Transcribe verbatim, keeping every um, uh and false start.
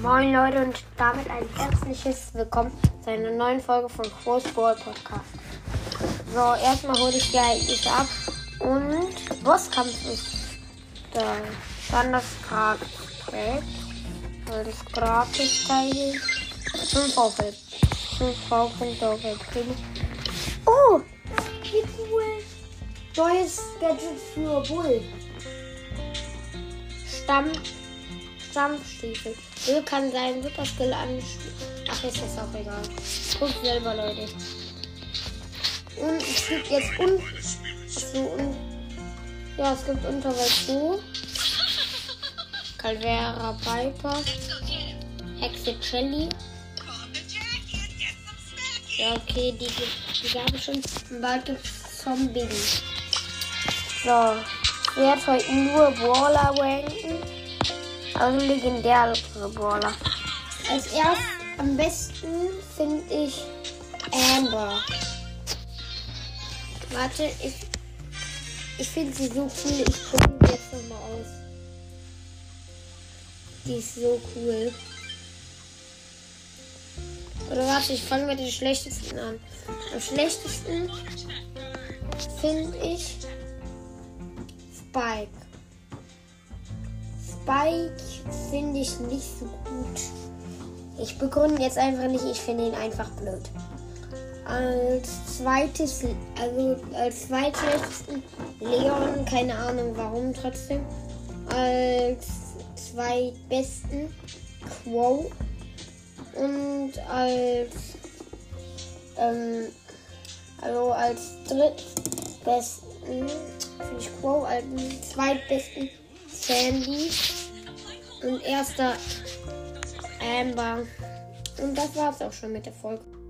Moin Leute und damit ein herzliches Willkommen zu einer neuen Folge von Crow's Brawl Podcast. So, erstmal hole ich die Ereignisse ab und Bosskampf ist da. Dann das Gratis-Pack, weil das Gratis-Teil fünf V-Punkte auf Welt kriegen. Oh, wie cool! Neues Gadget für Bull. Stamm, Stammstiefel. Öl kann sein Superskill anspielen. Ach, ist das auch egal. Guckt selber, Leute. Und es gibt jetzt un... So, un ja, es gibt Unterwelt zwei. Calvera Piper. Hexe Shelly. Ja, okay, die, die, die gab es schon. Und bald gibt es Zombie. So. Ich werde heute nur Brawler ranken. Also legendäre Brawler. Als erstes am besten finde ich Amber. Warte, ich, ich finde sie so cool. Ich probiere sie jetzt nochmal aus. Die ist so cool. Oder warte, ich fange mit den schlechtesten an. Am schlechtesten finde ich Spike. Spike finde ich nicht so gut. Ich begründe jetzt einfach nicht, ich finde ihn einfach blöd. Als zweites, also als zweitschlechtesten Leon, keine Ahnung warum trotzdem. Als zweitbesten Quo. Und als, ähm, also als drittbesten finde ich Quo, als zweitbesten Sandy und erster Amber. Und das war's auch schon mit der Folge.